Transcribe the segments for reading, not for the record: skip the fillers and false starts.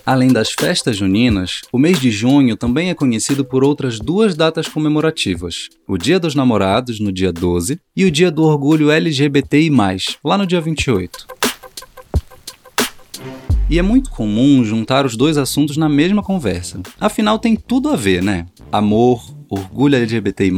Além das festas juninas, o mês de junho também é conhecido por outras duas datas comemorativas: o Dia dos Namorados, no dia 12, e o Dia do Orgulho LGBTI+, lá no dia 28. E é muito comum juntar os dois assuntos na mesma conversa. Afinal, tem tudo a ver, né? Amor, orgulho LGBTI+.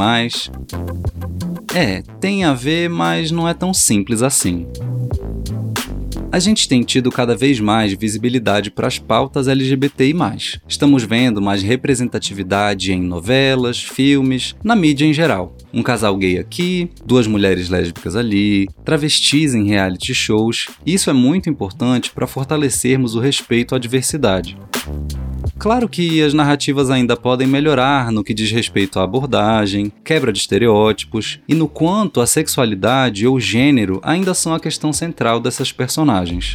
Tem a ver, mas não é tão simples assim. A gente tem tido cada vez mais visibilidade para as pautas LGBTI+. Estamos vendo mais representatividade em novelas, filmes, na mídia em geral. Um casal gay aqui, duas mulheres lésbicas ali, travestis em reality shows. Isso é muito importante para fortalecermos o respeito à diversidade. Claro que as narrativas ainda podem melhorar no que diz respeito à abordagem, quebra de estereótipos e no quanto a sexualidade ou gênero ainda são a questão central dessas personagens.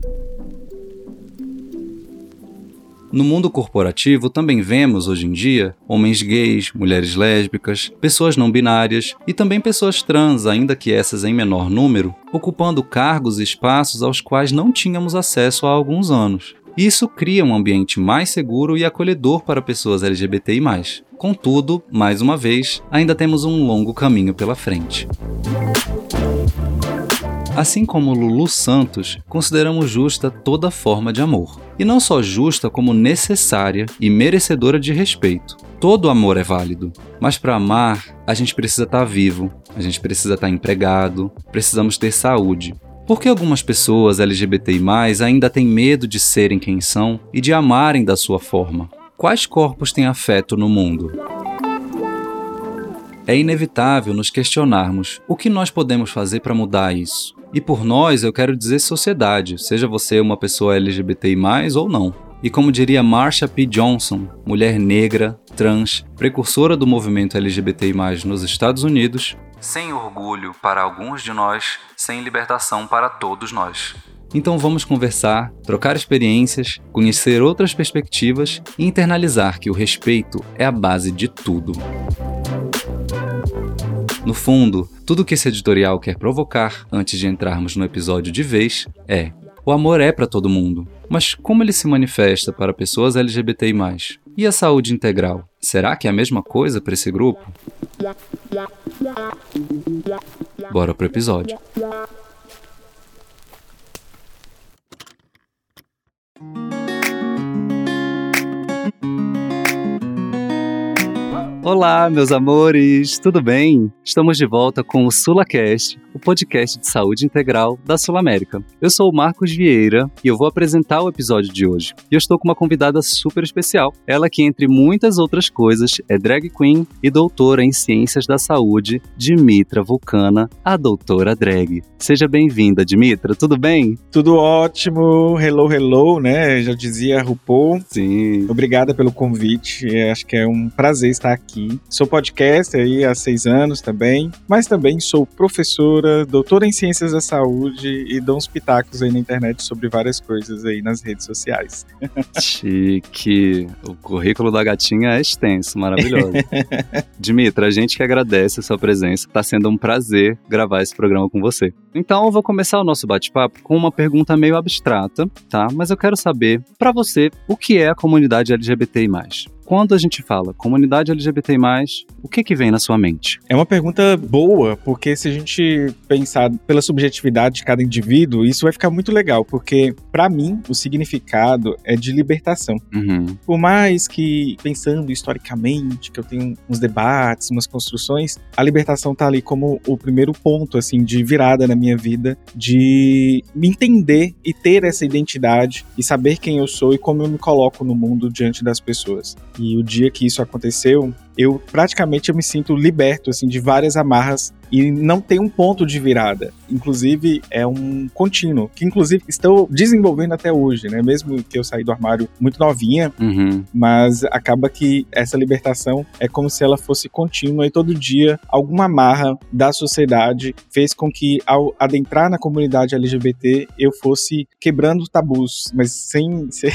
No mundo corporativo também vemos, hoje em dia, homens gays, mulheres lésbicas, pessoas não binárias e também pessoas trans, ainda que essas em menor número, ocupando cargos e espaços aos quais não tínhamos acesso há alguns anos. Isso cria um ambiente mais seguro e acolhedor para pessoas LGBTI+. Contudo, mais uma vez, ainda temos um longo caminho pela frente. Assim como Lulu Santos, consideramos justa toda forma de amor. E não só justa, como necessária e merecedora de respeito. Todo amor é válido, mas para amar, a gente precisa estar vivo, a gente precisa estar empregado, precisamos ter saúde. Porque algumas pessoas LGBTI+, ainda têm medo de serem quem são e de amarem da sua forma. Quais corpos têm afeto no mundo? É inevitável nos questionarmos o que nós podemos fazer para mudar isso. E por nós eu quero dizer sociedade, seja você uma pessoa LGBTI+, ou não. E como diria Marsha P. Johnson, mulher negra, trans, precursora do movimento LGBTI+, nos Estados Unidos, sem orgulho para alguns de nós, sem libertação para todos nós. Então vamos conversar, trocar experiências, conhecer outras perspectivas e internalizar que o respeito é a base de tudo. No fundo, tudo que esse editorial quer provocar, antes de entrarmos no episódio de vez, é: o amor é para todo mundo, mas como ele se manifesta para pessoas LGBTI+? E a saúde integral? Será que é a mesma coisa para esse grupo? Bora pro episódio. Olá, meus amores, tudo bem? Estamos de volta com o SulaCast, o podcast de saúde integral da Sul América. Eu sou o Marcos Vieira e eu vou apresentar o episódio de hoje. E eu estou com uma convidada super especial. Ela que, entre muitas outras coisas, é drag queen e doutora em ciências da saúde, Dimitra Vulcana, a doutora drag. Seja bem-vinda, Dimitra, tudo bem? Tudo ótimo, hello, hello, né? Já dizia RuPaul. Sim. Obrigada pelo convite, acho que é um prazer estar aqui. Sou podcaster aí há 6 anos também, mas também sou professora, doutora em ciências da saúde e dou uns pitacos aí na internet sobre várias coisas aí nas redes sociais. Chique! O currículo da gatinha é extenso, maravilhoso. Dimitra, a gente que agradece a sua presença, tá sendo um prazer gravar esse programa com você. Então eu vou começar o nosso bate-papo com uma pergunta meio abstrata, tá? Mas eu quero saber, pra você, o que é a comunidade LGBTI+? Quando a gente fala comunidade LGBTI+, o que vem na sua mente? É uma pergunta boa, porque se a gente pensar pela subjetividade de cada indivíduo, isso vai ficar muito legal, porque, pra mim, o significado é de libertação. Uhum. Por mais que, pensando historicamente, que eu tenho uns debates, umas construções, a libertação tá ali como o primeiro ponto, assim, de virada na minha vida, de me entender e ter essa identidade, e saber quem eu sou e como eu me coloco no mundo diante das pessoas. E o dia que isso aconteceu, eu me sinto liberto, assim, de várias amarras e não tem um ponto de virada. Inclusive, é um contínuo, que inclusive estou desenvolvendo até hoje, né? Mesmo que eu saí do armário muito novinha, mas acaba que essa libertação é como se ela fosse contínua e todo dia alguma amarra da sociedade fez com que, ao adentrar na comunidade LGBT, eu fosse quebrando tabus, mas sem ser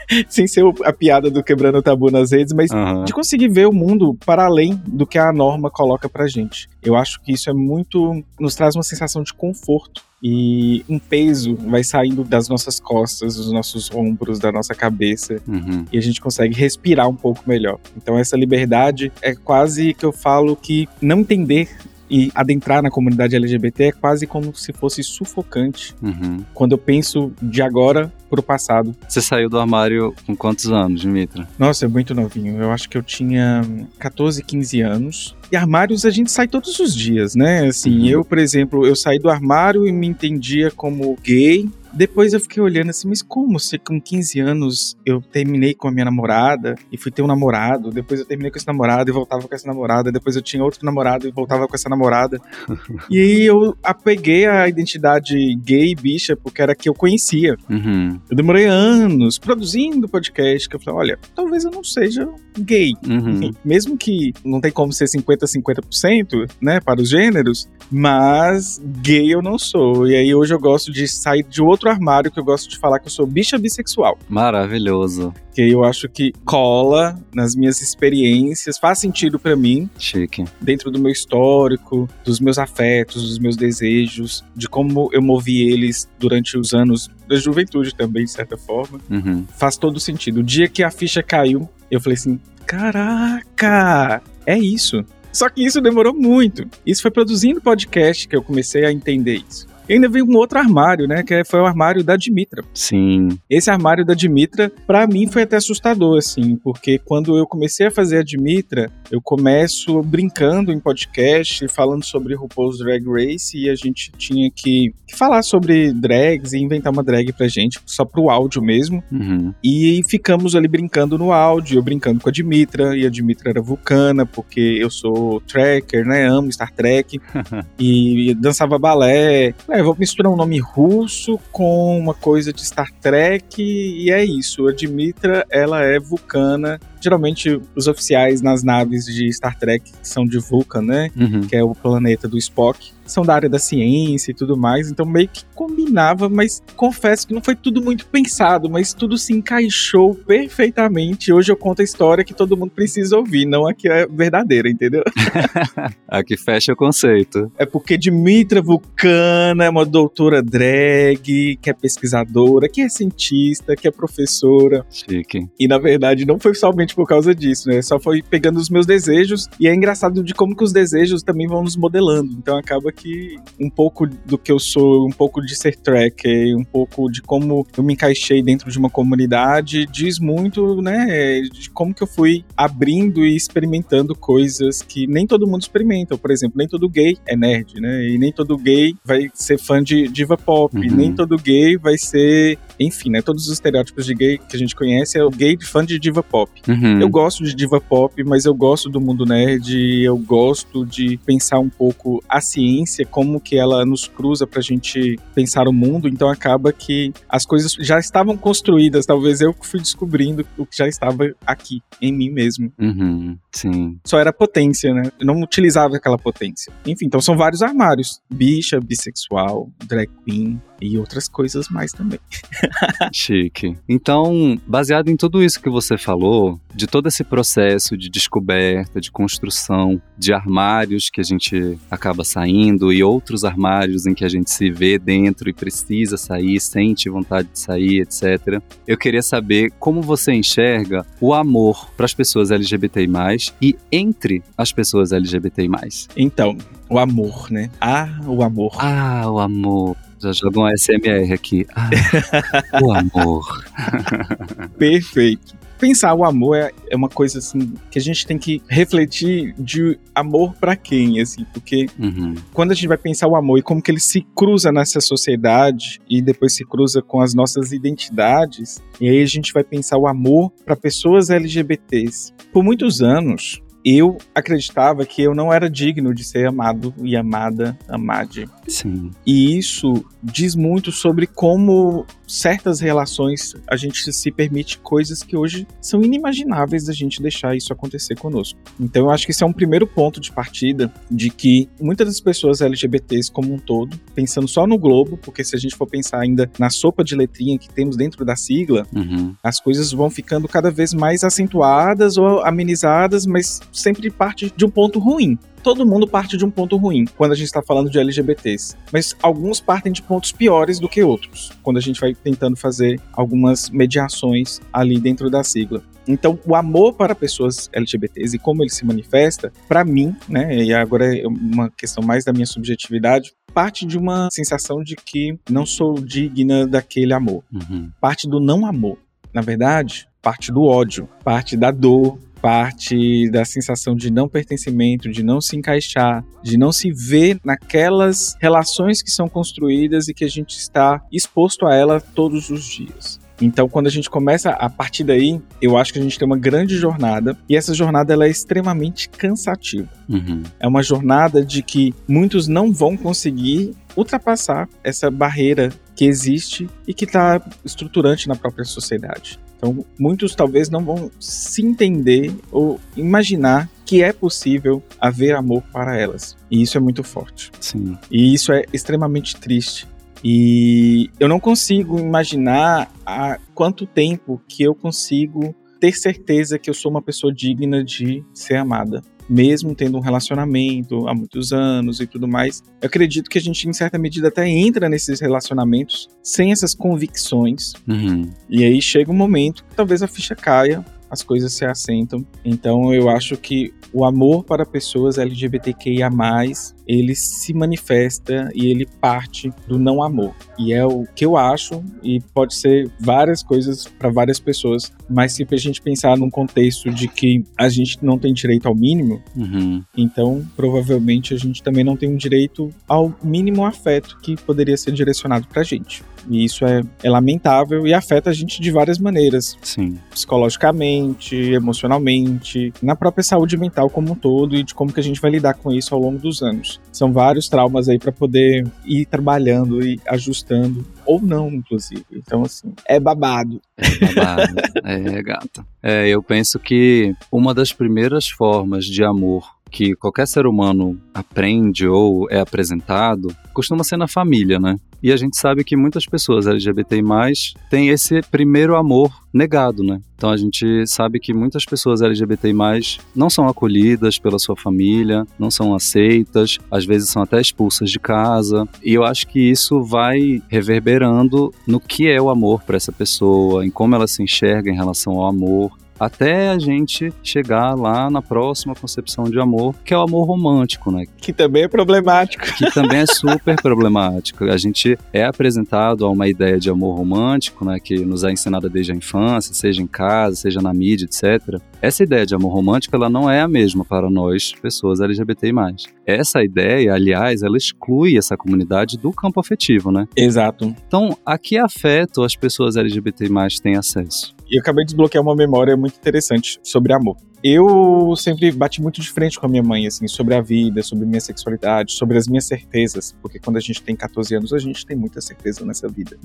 sem ser a piada do quebrando o tabu nas redes, mas de conseguir ver o mundo para além do que a norma coloca pra gente. Eu acho que isso é muito... nos traz uma sensação de conforto. E um peso vai saindo das nossas costas, dos nossos ombros, da nossa cabeça. E a gente consegue respirar um pouco melhor. Então essa liberdade é quase que eu falo que não entender e adentrar na comunidade LGBT é quase como se fosse sufocante. Quando eu penso de agora pro passado. Você saiu do armário com quantos anos, Dimitra? Nossa, é muito novinho. Eu acho que eu tinha 14, 15 anos. E armários a gente sai todos os dias, né? Assim, eu, por exemplo, eu saí do armário e me entendia como gay. Depois eu fiquei olhando assim, mas como se com 15 anos eu terminei com a minha namorada e fui ter um namorado, depois eu terminei com esse namorado e voltava com essa namorada, depois eu tinha outro namorado e voltava com essa namorada. E aí eu apeguei a identidade gay, bicha, porque era a que eu conhecia. Eu demorei anos produzindo podcast, que eu falei, olha, talvez eu não seja gay. Mesmo que não tem como ser 50%, né, para os gêneros, mas gay eu não sou. E aí hoje eu gosto de sair de outro armário, que eu gosto de falar que eu sou bicha bissexual. Maravilhoso. Que eu acho que cola nas minhas experiências, faz sentido pra mim. Chique. Dentro do meu histórico, dos meus afetos, dos meus desejos, de como eu movi eles durante os anos da juventude também, de certa forma. Faz todo sentido. O dia que a ficha caiu, eu falei assim, caraca, é isso. Só que isso demorou muito. Isso foi produzindo podcast que eu comecei a entender isso. E ainda veio um outro armário, né? Que foi o armário da Dimitra. Sim. Esse armário da Dimitra, pra mim, foi até assustador, assim. Porque quando eu comecei a fazer a Dimitra, eu começo brincando em podcast, falando sobre RuPaul's Drag Race. E a gente tinha que falar sobre drags e inventar uma drag pra gente, só pro áudio mesmo. E ficamos ali brincando no áudio, eu brincando com a Dimitra. E a Dimitra era vulcana, porque eu sou tracker, né? Amo Star Trek. E dançava balé. Eu vou misturar um nome russo com uma coisa de Star Trek e é isso. A Dimitra, ela é vulcana. Geralmente os oficiais nas naves de Star Trek são de Vulcan, né? Que é o planeta do Spock. São da área da ciência e tudo mais, então meio que combinava, mas confesso que não foi tudo muito pensado, mas tudo se encaixou perfeitamente. Hoje eu conto a história que todo mundo precisa ouvir, não a que é verdadeira, entendeu? A que fecha o conceito. É porque Dimitra Vulcana é uma doutora drag, que é pesquisadora, que é cientista, que é professora. Chique. E na verdade não foi somente por causa disso, né? Só foi pegando os meus desejos, e é engraçado de como que os desejos também vão nos modelando. Então acaba que um pouco do que eu sou, um pouco de ser tracker, um pouco de como eu me encaixei dentro de uma comunidade, diz muito, né, de como que eu fui abrindo e experimentando coisas que nem todo mundo experimenta. Por exemplo, nem todo gay é nerd, né, e nem todo gay vai ser fã de diva pop, nem todo gay vai ser, enfim, né, todos os estereótipos de gay que a gente conhece é o gay fã de diva pop. Eu gosto de diva pop, mas eu gosto do mundo nerd, eu gosto de pensar um pouco a ciência, como que ela nos cruza pra gente pensar o mundo, então acaba que as coisas já estavam construídas, talvez eu fui descobrindo o que já estava aqui, em mim mesmo. Sim. Só era potência, né? Eu não utilizava aquela potência. Enfim, então são vários armários. Bicha, bissexual, drag queen e outras coisas mais também. Chique. Então, baseado em tudo isso que você falou, de todo esse processo de descoberta, de construção, de armários que a gente acaba saindo e outros armários em que a gente se vê dentro e precisa sair, sente vontade de sair, etc. Eu queria saber como você enxerga o amor para as pessoas LGBTI+, e entre as pessoas LGBTI+. Então, o amor, né? O amor. O amor. Já joga um ASMR aqui. O amor. Perfeito. Pensar o amor é uma coisa assim que a gente tem que refletir de amor pra quem, assim, porque quando a gente vai pensar o amor e como que ele se cruza nessa sociedade e depois se cruza com as nossas identidades, e aí a gente vai pensar o amor pra pessoas LGBTs. Por muitos anos, eu acreditava que eu não era digno de ser amado e amada, amade. Sim. E isso diz muito sobre como certas relações a gente se permite coisas que hoje são inimagináveis da gente deixar isso acontecer conosco. Então eu acho que esse é um primeiro ponto de partida de que muitas das pessoas LGBTs como um todo, pensando só no globo, porque se a gente for pensar ainda na sopa de letrinha que temos dentro da sigla, as coisas vão ficando cada vez mais acentuadas ou amenizadas, mas sempre parte de um ponto ruim. Todo mundo parte de um ponto ruim quando a gente está falando de LGBTs, mas alguns partem de pontos piores do que outros, quando a gente vai tentando fazer algumas mediações ali dentro da sigla. Então, o amor para pessoas LGBTs e como ele se manifesta, para mim, né, e agora é uma questão mais da minha subjetividade, parte de uma sensação de que não sou digna daquele amor. Parte do não amor. Na verdade, parte do ódio, parte da dor, parte da sensação de não pertencimento, de não se encaixar, de não se ver naquelas relações que são construídas e que a gente está exposto a ela todos os dias. Então, quando a gente começa a partir daí, eu acho que a gente tem uma grande jornada, e essa jornada ela é extremamente cansativa. É uma jornada de que muitos não vão conseguir ultrapassar essa barreira que existe e que está estruturante na própria sociedade. Então, muitos talvez não vão se entender ou imaginar que é possível haver amor para elas. E isso é muito forte. Sim. E isso é extremamente triste. E eu não consigo imaginar há quanto tempo que eu consigo ter certeza que eu sou uma pessoa digna de ser amada. Mesmo tendo um relacionamento há muitos anos e tudo mais, eu acredito que a gente, em certa medida, até entra nesses relacionamentos sem essas convicções. E aí chega um momento que talvez a ficha caia, as coisas se assentam. Então eu acho que o amor para pessoas LGBTQIA+, ele se manifesta e ele parte do não amor. E é o que eu acho, e pode ser várias coisas para várias pessoas, mas se a gente pensar num contexto de que a gente não tem direito ao mínimo, então provavelmente a gente também não tem um direito ao mínimo afeto que poderia ser direcionado pra gente. E isso é lamentável e afeta a gente de várias maneiras. Sim. Psicologicamente, emocionalmente, na própria saúde mental como um todo e de como que a gente vai lidar com isso ao longo dos anos. São vários traumas aí para poder ir trabalhando e ajustando, ou não, inclusive. Então, assim, é babado. Babado. Gata. Eu penso que uma das primeiras formas de amor que qualquer ser humano aprende ou é apresentado costuma ser na família, né? E a gente sabe que muitas pessoas LGBTI+, têm esse primeiro amor negado, né? Então a gente sabe que muitas pessoas LGBTI+, não são acolhidas pela sua família, não são aceitas, às vezes são até expulsas de casa. E eu acho que isso vai reverberando no que é o amor para essa pessoa, em como ela se enxerga em relação ao amor, até a gente chegar lá na próxima concepção de amor, que é o amor romântico, né? Que também é problemático. Que também é super problemático. A gente é apresentado a uma ideia de amor romântico, né? Que nos é ensinada desde a infância, seja em casa, seja na mídia, etc. Essa ideia de amor romântico, ela não é a mesma para nós, pessoas LGBTI+. Essa ideia, aliás, ela exclui essa comunidade do campo afetivo, né? Exato. Então, a que afeto as pessoas LGBTI+, têm acesso? E eu acabei de desbloquear uma memória muito interessante sobre amor. Eu sempre bati muito de frente com a minha mãe, assim, sobre a vida, sobre minha sexualidade, sobre as minhas certezas, porque quando a gente tem 14 anos, a gente tem muita certeza nessa vida.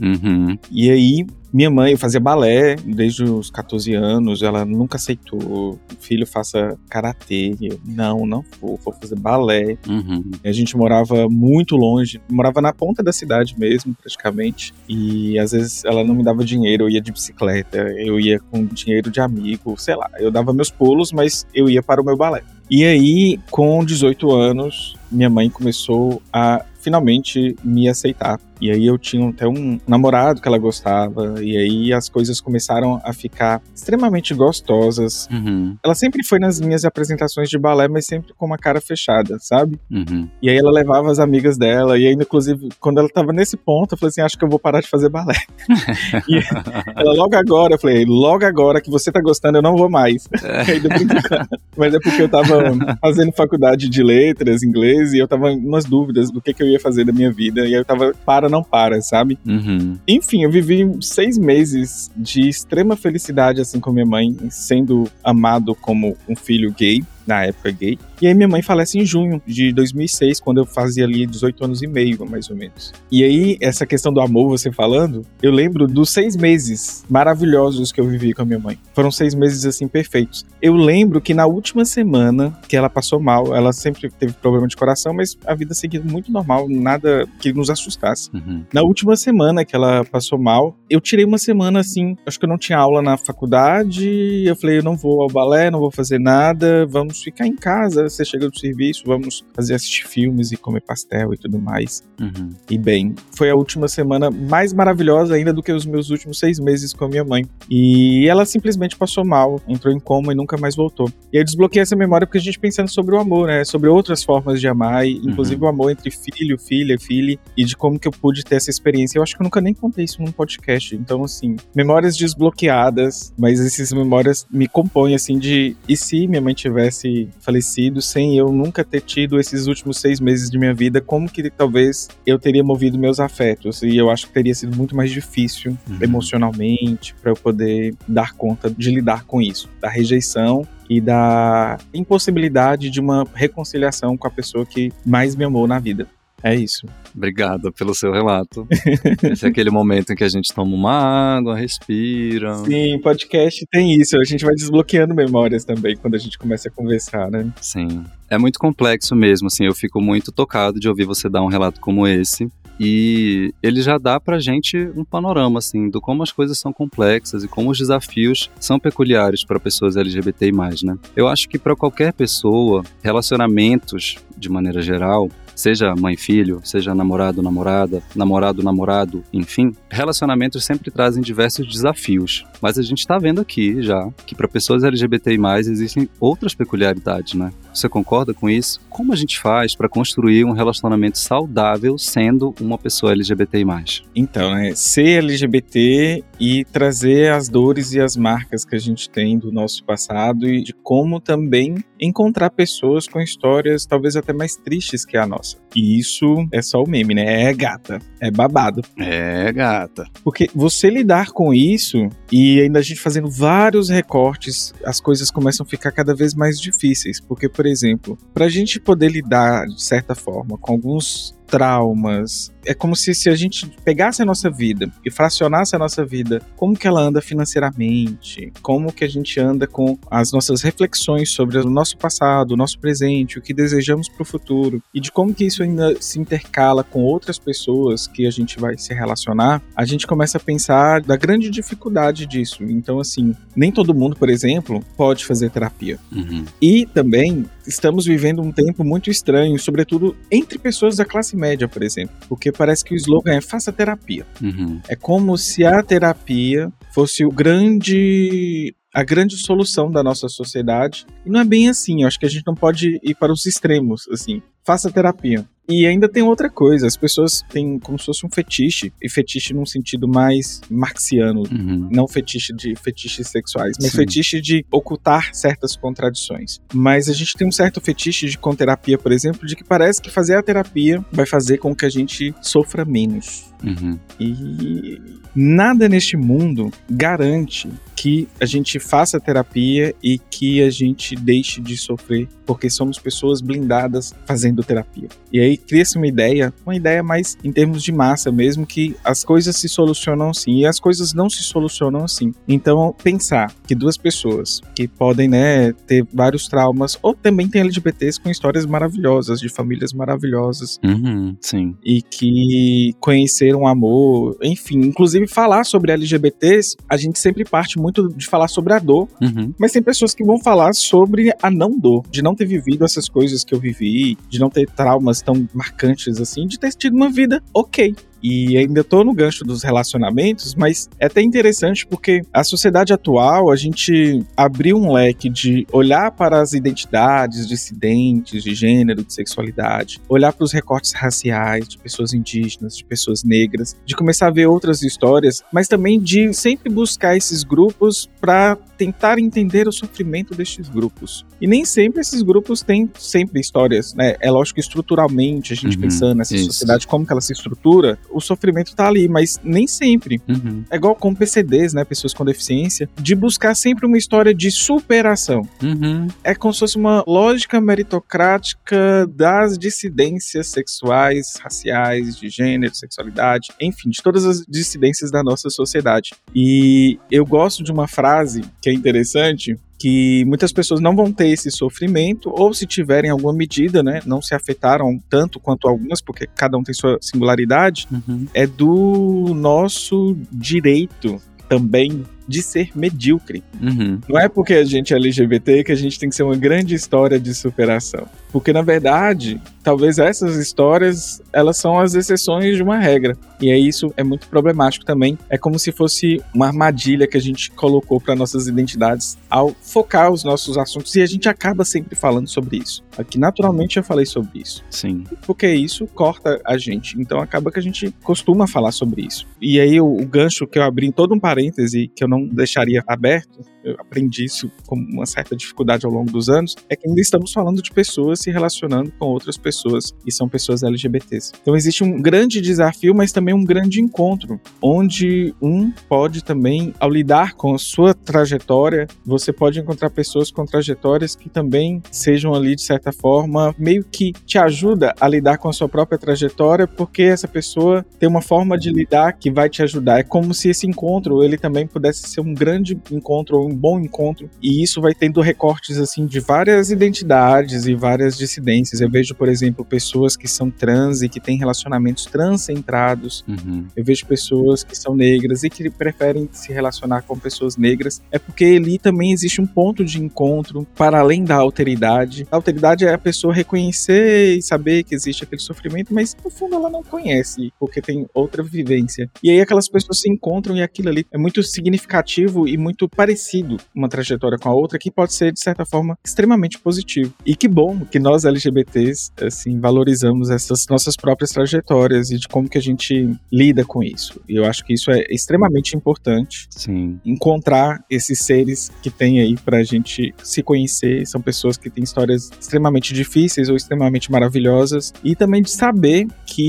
E aí, minha mãe fazia balé desde os 14 anos, ela nunca aceitou, filho faça karatê, eu, não vou fazer balé. A gente morava muito longe, morava na ponta da cidade mesmo, praticamente, e às vezes ela não me dava dinheiro, eu ia de bicicleta, eu ia com dinheiro de amigo, sei lá, eu dava meus pulos, mas eu ia para o meu balé. E aí, com 18 anos, minha mãe começou a finalmente me aceitar. E aí eu tinha até um namorado que ela gostava, e aí as coisas começaram a ficar extremamente gostosas. Ela sempre foi nas minhas apresentações de balé, mas sempre com uma cara fechada, sabe? E aí ela levava as amigas dela, e aí inclusive, quando ela tava nesse ponto, eu falei assim, acho que eu vou parar de fazer balé. E ela, logo agora, eu falei, logo agora que você tá gostando, eu não vou mais. Aí deu brincando. Mas é porque eu tava fazendo faculdade de letras, inglês, e eu tava em umas dúvidas do que eu ia fazer da minha vida, e aí eu tava não para, sabe? Enfim, eu vivi 6 meses de extrema felicidade, assim, com minha mãe, sendo amado como um filho gay. na época gay. E aí minha mãe falece em junho de 2006, quando eu fazia ali 18 anos e meio, mais ou menos. E aí, essa questão do amor, você falando, eu lembro dos 6 meses maravilhosos que eu vivi com a minha mãe. Foram 6 meses, assim, perfeitos. Eu lembro que na última semana que ela passou mal, ela sempre teve problema de coração, mas a vida seguia muito normal, nada que nos assustasse. Na última semana que ela passou mal, eu tirei uma semana, assim, acho que eu não tinha aula na faculdade, eu falei, eu não vou ao balé, não vou fazer nada, vamos ficar em casa, você chega do serviço, vamos assistir filmes e comer pastel e tudo mais. E bem, foi a última semana mais maravilhosa ainda do que os meus últimos 6 meses com a minha mãe. E ela simplesmente passou mal, entrou em coma e nunca mais voltou. E eu desbloqueei essa memória porque a gente pensando sobre o amor, né? Sobre outras formas de amar, e, inclusive o amor entre filho, filha, filhe, e de como que eu pude ter essa experiência. Eu acho que eu nunca nem contei isso num podcast. Então, assim, memórias desbloqueadas, mas essas memórias me compõem, assim, de... E se minha mãe tivesse falecido sem eu nunca ter tido esses últimos 6 meses de minha vida, como que talvez eu teria movido meus afetos? E eu acho que teria sido muito mais difícil emocionalmente para eu poder dar conta de lidar com isso, da rejeição e da impossibilidade de uma reconciliação com a pessoa que mais me amou na vida. É isso. Obrigado pelo seu relato. Esse é aquele momento em que a gente toma uma água, respira. Sim, podcast tem isso. A gente vai desbloqueando memórias também quando a gente começa a conversar, né? Sim. É muito complexo mesmo, assim. Eu fico muito tocado de ouvir você dar um relato como esse. E ele já dá pra gente um panorama, assim, do como as coisas são complexas e como os desafios são peculiares para pessoas LGBTI+, né? Eu acho que para qualquer pessoa, relacionamentos, de maneira geral, seja mãe-filho, seja namorado-namorada, namorado-namorado, enfim, relacionamentos sempre trazem diversos desafios. Mas a gente tá vendo aqui já que para pessoas LGBTI+, existem outras peculiaridades, né? Você concorda com isso? Como a gente faz para construir um relacionamento saudável sendo uma pessoa LGBTI+? Então, ser LGBT e trazer as dores e as marcas que a gente tem do nosso passado e de como também encontrar pessoas com histórias talvez até mais tristes que a nossa. E isso é só o meme, né? É gata, é babado. É gata. Porque você lidar com isso e ainda a gente fazendo vários recortes, as coisas começam a ficar cada vez mais difíceis. Porque, por exemplo, pra gente poder lidar de certa forma com alguns traumas, é como se a gente pegasse a nossa vida e fracionasse a nossa vida, como que ela anda financeiramente, como que a gente anda com as nossas reflexões sobre o nosso passado, o nosso presente, o que desejamos para o futuro, e de como que isso ainda se intercala com outras pessoas que a gente vai se relacionar, a gente começa a pensar da grande dificuldade disso. Então, assim, nem todo mundo, por exemplo, pode fazer terapia. E também estamos vivendo um tempo muito estranho, sobretudo entre pessoas da classe média, por exemplo, porque parece que o slogan é faça terapia. É como se a terapia fosse a grande solução da nossa sociedade, e não é bem assim. Eu acho que a gente não pode ir para os extremos, assim, faça terapia. E ainda tem outra coisa, as pessoas têm como se fosse um fetiche, e fetiche num sentido mais marxiano, não fetiches sexuais, mas fetiche de ocultar certas contradições. Mas a gente tem um certo fetiche com terapia, por exemplo, de que parece que fazer a terapia vai fazer com que a gente sofra menos. E nada neste mundo garante que a gente faça terapia e que a gente deixe de sofrer, porque somos pessoas blindadas fazendo terapia. E aí cria-se uma ideia mais em termos de massa mesmo, que as coisas se solucionam assim, e as coisas não se solucionam assim. Então, pensar que duas pessoas que podem, ter vários traumas, ou também tem LGBTs com histórias maravilhosas, de famílias maravilhosas, sim. E que conheceram amor, enfim, inclusive falar sobre LGBTs, a gente sempre parte muito de falar sobre a dor, mas tem pessoas que vão falar sobre a não dor, de não ter vivido essas coisas que eu vivi, de não ter traumas tão marcantes assim, de ter tido uma vida ok. E ainda tô no gancho dos relacionamentos, mas é até interessante porque a sociedade atual, a gente abriu um leque de olhar para as identidades dissidentes, de gênero, de sexualidade, olhar para os recortes raciais, de pessoas indígenas, de pessoas negras, de começar a ver outras histórias, mas também de sempre buscar esses grupos para tentar entender o sofrimento destes grupos. E nem sempre esses grupos têm sempre histórias, né? É lógico que estruturalmente, a gente pensando nessa sociedade, como que ela se estrutura, o sofrimento tá ali, mas nem sempre. É igual com PCDs, né? Pessoas com deficiência, de buscar sempre uma história de superação. É como se fosse uma lógica meritocrática das dissidências sexuais, raciais, de gênero, sexualidade, enfim, de todas as dissidências da nossa sociedade. E eu gosto de uma frase que é interessante, que muitas pessoas não vão ter esse sofrimento, ou se tiverem alguma medida, né, não se afetaram tanto quanto algumas, porque cada um tem sua singularidade, é do nosso direito também de ser medíocre. Não é porque a gente é LGBT que a gente tem que ser uma grande história de superação. Porque, na verdade, talvez essas histórias, elas são as exceções de uma regra. E aí isso é muito problemático também. É como se fosse uma armadilha que a gente colocou para nossas identidades ao focar os nossos assuntos. E a gente acaba sempre falando sobre isso. Aqui, naturalmente, eu falei sobre isso. Sim. Porque isso corta a gente. Então, acaba que a gente costuma falar sobre isso. E aí, o gancho que eu abri em todo um parêntese, que eu não deixaria aberto, eu aprendi isso com uma certa dificuldade ao longo dos anos, é que ainda estamos falando de pessoas se relacionando com outras pessoas, e são pessoas LGBTs. Então existe um grande desafio, mas também um grande encontro, onde pode também, ao lidar com a sua trajetória, você pode encontrar pessoas com trajetórias que também sejam ali, de certa forma, meio que te ajuda a lidar com a sua própria trajetória, porque essa pessoa tem uma forma de lidar que vai te ajudar. É como se esse encontro, ele também pudesse ser um grande encontro, ou um bom encontro, e isso vai tendo recortes, assim, de várias identidades e várias dissidências. Eu vejo, por exemplo, pessoas que são trans e que têm relacionamentos transcentrados. Eu vejo pessoas que são negras e que preferem se relacionar com pessoas negras. É porque ali também existe um ponto de encontro para além da alteridade. A alteridade é a pessoa reconhecer e saber que existe aquele sofrimento, mas no fundo ela não conhece, porque tem outra vivência. E aí aquelas pessoas se encontram e aquilo ali é muito significativo e muito parecido uma trajetória com a outra, que pode ser, de certa forma, extremamente positivo. E que bom que nós LGBTs, assim, valorizamos essas nossas próprias trajetórias e de como que a gente lida com isso. E eu acho que isso é extremamente importante. Sim. Encontrar esses seres que tem aí pra gente se conhecer. São pessoas que têm histórias extremamente difíceis ou extremamente maravilhosas. E também de saber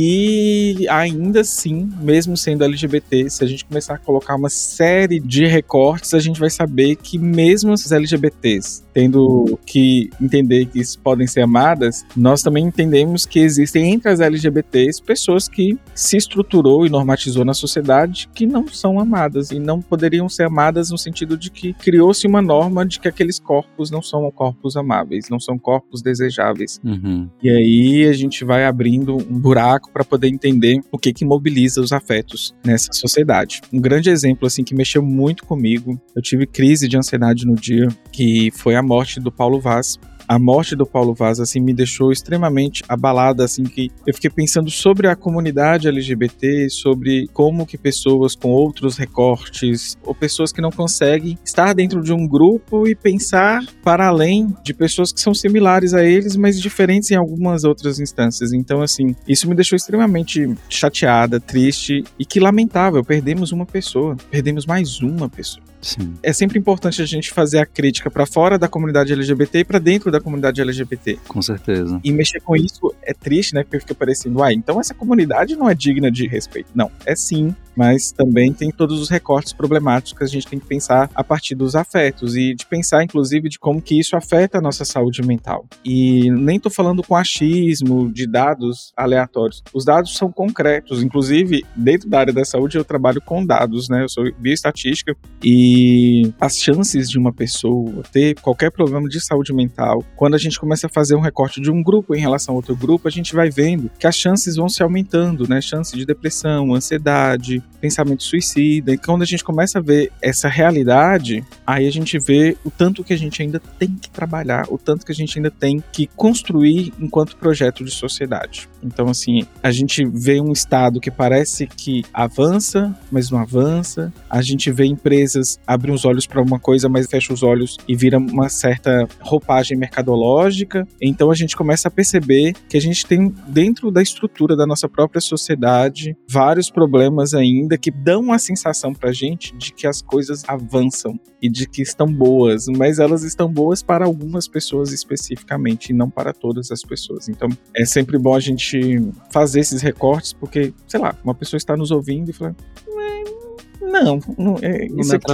que ainda assim, mesmo sendo LGBT, se a gente começar a colocar uma série de recortes, a gente vai saber que mesmo os LGBTs tendo que entender que podem ser amadas, nós também entendemos que existem entre as LGBTs pessoas que se estruturou e normatizou na sociedade que não são amadas e não poderiam ser amadas no sentido de que criou-se uma norma de que aqueles corpos não são corpos amáveis, não são corpos desejáveis. E aí a gente vai abrindo um buraco para poder entender o que mobiliza os afetos nessa sociedade. Um grande exemplo assim que mexeu muito comigo, eu tive crise de ansiedade no dia, que foi a morte do Paulo Vaz. A morte do Paulo Vaz, assim, me deixou extremamente abalada, assim, que eu fiquei pensando sobre a comunidade LGBT, sobre como que pessoas com outros recortes, ou pessoas que não conseguem estar dentro de um grupo e pensar para além de pessoas que são similares a eles, mas diferentes em algumas outras instâncias. Então, assim, isso me deixou extremamente chateada, triste e que lamentável. Perdemos uma pessoa, perdemos mais uma pessoa. Sim. É sempre importante a gente fazer a crítica para fora da comunidade LGBT e para dentro da comunidade LGBT. Com certeza. E mexer com isso é triste, né? Porque fica parecendo, então essa comunidade não é digna de respeito. Não, é sim, mas também tem todos os recortes problemáticos que a gente tem que pensar a partir dos afetos e de pensar, inclusive, de como que isso afeta a nossa saúde mental. E nem tô falando com achismo de dados aleatórios. Os dados são concretos, inclusive, dentro da área da saúde eu trabalho com dados, né? Eu sou bioestatística e as chances de uma pessoa ter qualquer problema de saúde mental, quando a gente começa a fazer um recorte de um grupo em relação a outro grupo, a gente vai vendo que as chances vão se aumentando, né? Chance de depressão, ansiedade, pensamento suicida. E quando a gente começa a ver essa realidade, aí a gente vê o tanto que a gente ainda tem que trabalhar, o tanto que a gente ainda tem que construir enquanto projeto de sociedade. Então, assim, a gente vê um estado que parece que avança, mas não avança. A gente vê empresas abrir os olhos para uma coisa, mas fecha os olhos e vira uma certa roupagem mercadológica. Então a gente começa a perceber que a gente tem dentro da estrutura da nossa própria sociedade vários problemas ainda ainda, que dão a sensação pra gente de que as coisas avançam e de que estão boas, mas elas estão boas para algumas pessoas especificamente e não para todas as pessoas. Então é sempre bom a gente fazer esses recortes, porque, sei lá, uma pessoa está nos ouvindo e fala: não isso aqui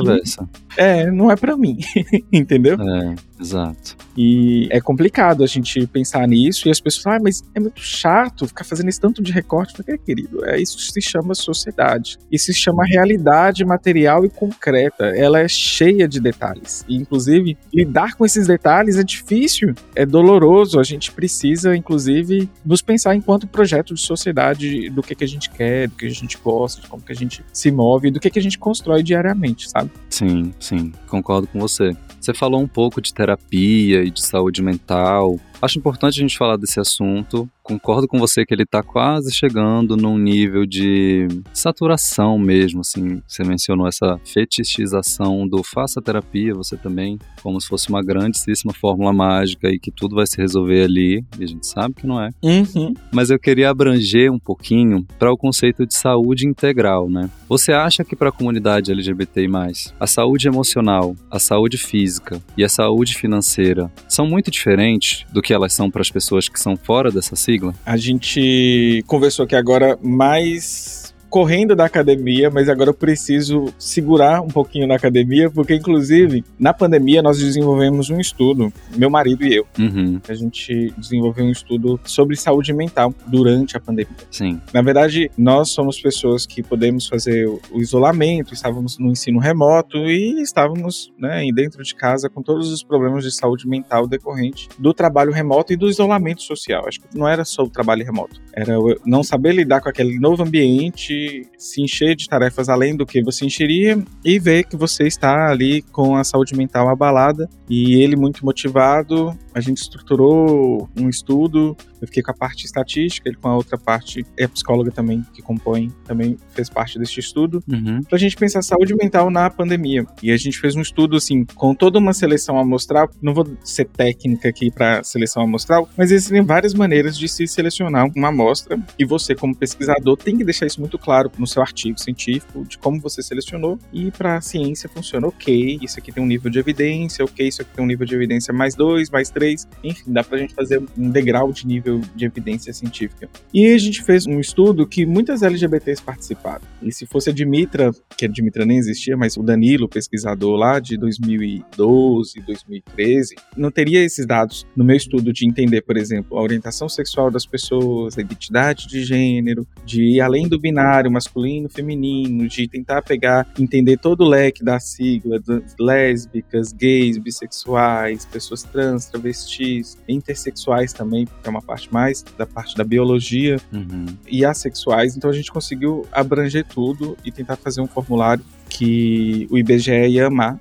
não é pra mim, entendeu? Exato. E é complicado a gente pensar nisso, e as pessoas falam: mas é muito chato ficar fazendo esse tanto de recorte. Porque, querido, isso se chama sociedade. Isso se chama realidade material e concreta. Ela é cheia de detalhes. E, inclusive, lidar com esses detalhes é difícil, é doloroso. A gente precisa, inclusive, nos pensar enquanto projeto de sociedade do que a gente quer, do que a gente gosta, de como que a gente se move, do que a gente constrói diariamente, sabe? Sim, concordo com você. Você falou um pouco de terapia e de saúde mental. Acho importante a gente falar desse assunto. Concordo com você que ele está quase chegando num nível de saturação mesmo, assim. Você mencionou essa fetichização do faça terapia, você também, como se fosse uma grandíssima fórmula mágica e que tudo vai se resolver ali, e a gente sabe que não é. Mas eu queria abranger um pouquinho para o conceito de saúde integral, né? Você acha que para a comunidade LGBTI+, a saúde emocional, a saúde física e a saúde financeira são muito diferentes do que elas são para as pessoas que são fora dessa sigla? A gente conversou aqui agora mais correndo da academia, mas agora eu preciso segurar um pouquinho na academia, porque, inclusive, na pandemia nós desenvolvemos um estudo, meu marido e eu. A gente desenvolveu um estudo sobre saúde mental durante a pandemia. Sim. Na verdade, nós somos pessoas que podemos fazer o isolamento, estávamos no ensino remoto e estávamos, dentro de casa com todos os problemas de saúde mental decorrente do trabalho remoto e do isolamento social. Acho que não era só o trabalho remoto, era não saber lidar com aquele novo ambiente, se encher de tarefas além do que você encheria e ver que você está ali com a saúde mental abalada. E ele, muito motivado, a gente estruturou um estudo. Eu fiquei com a parte estatística, ele com a outra parte, é a psicóloga também que compõe, também fez parte deste estudo, pra gente pensar saúde mental na pandemia. E a gente fez um estudo, assim, com toda uma seleção amostral. Não vou ser técnica aqui para seleção amostral, mas existem várias maneiras de se selecionar uma amostra, e você, como pesquisador, tem que deixar isso muito claro no seu artigo científico, de como você selecionou, e para a ciência funciona: ok, isso aqui tem um nível de evidência, ok, isso aqui tem um nível de evidência mais 2, mais 3, enfim, dá pra gente fazer um degrau de nível de evidência científica. E a gente fez um estudo que muitas LGBTs participaram. E se fosse a Dimitra, que a Dimitra nem existia, mas o Danilo, pesquisador lá de 2012, 2013, não teria esses dados no meu estudo de entender, por exemplo, a orientação sexual das pessoas, a identidade de gênero, de ir além do binário, masculino, feminino, de tentar entender todo o leque da sigla, lésbicas, gays, bissexuais, pessoas trans, travestis, intersexuais também, porque é uma parte mais da parte da biologia, e assexuais. Então a gente conseguiu abranger tudo e tentar fazer um formulário que o IBGE ia amar.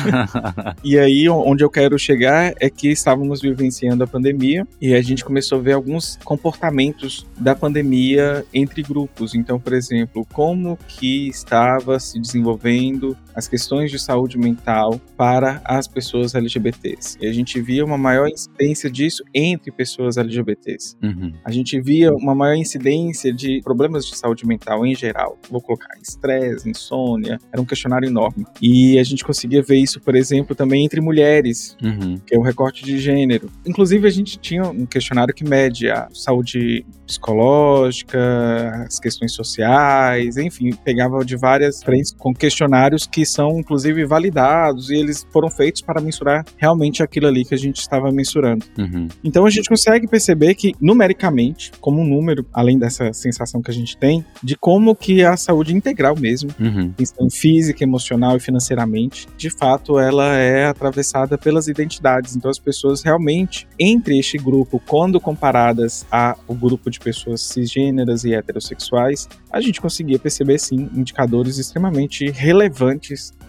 E aí, onde eu quero chegar é que estávamos vivenciando a pandemia e a gente começou a ver alguns comportamentos da pandemia entre grupos. Então, por exemplo, como que estava se desenvolvendo as questões de saúde mental para as pessoas LGBTs. E a gente via uma maior incidência disso entre pessoas LGBTs. A gente via uma maior incidência de problemas de saúde mental em geral. Vou colocar estresse, insônia. Era um questionário enorme. E a gente conseguia ver isso, por exemplo, também entre mulheres, que é o recorte de gênero. Inclusive, a gente tinha um questionário que mede a saúde psicológica, as questões sociais, enfim, pegava de várias frentes com questionários que são, inclusive, validados, e eles foram feitos para mensurar realmente aquilo ali que a gente estava mensurando. Então, a gente consegue perceber que, numericamente, como um número, além dessa sensação que a gente tem, de como que a saúde integral mesmo, questão física, emocional e financeiramente, de fato, ela é atravessada pelas identidades. Então, as pessoas realmente, entre este grupo, quando comparadas ao grupo de pessoas cisgêneras e heterossexuais, a gente conseguia perceber, sim, indicadores extremamente relevantes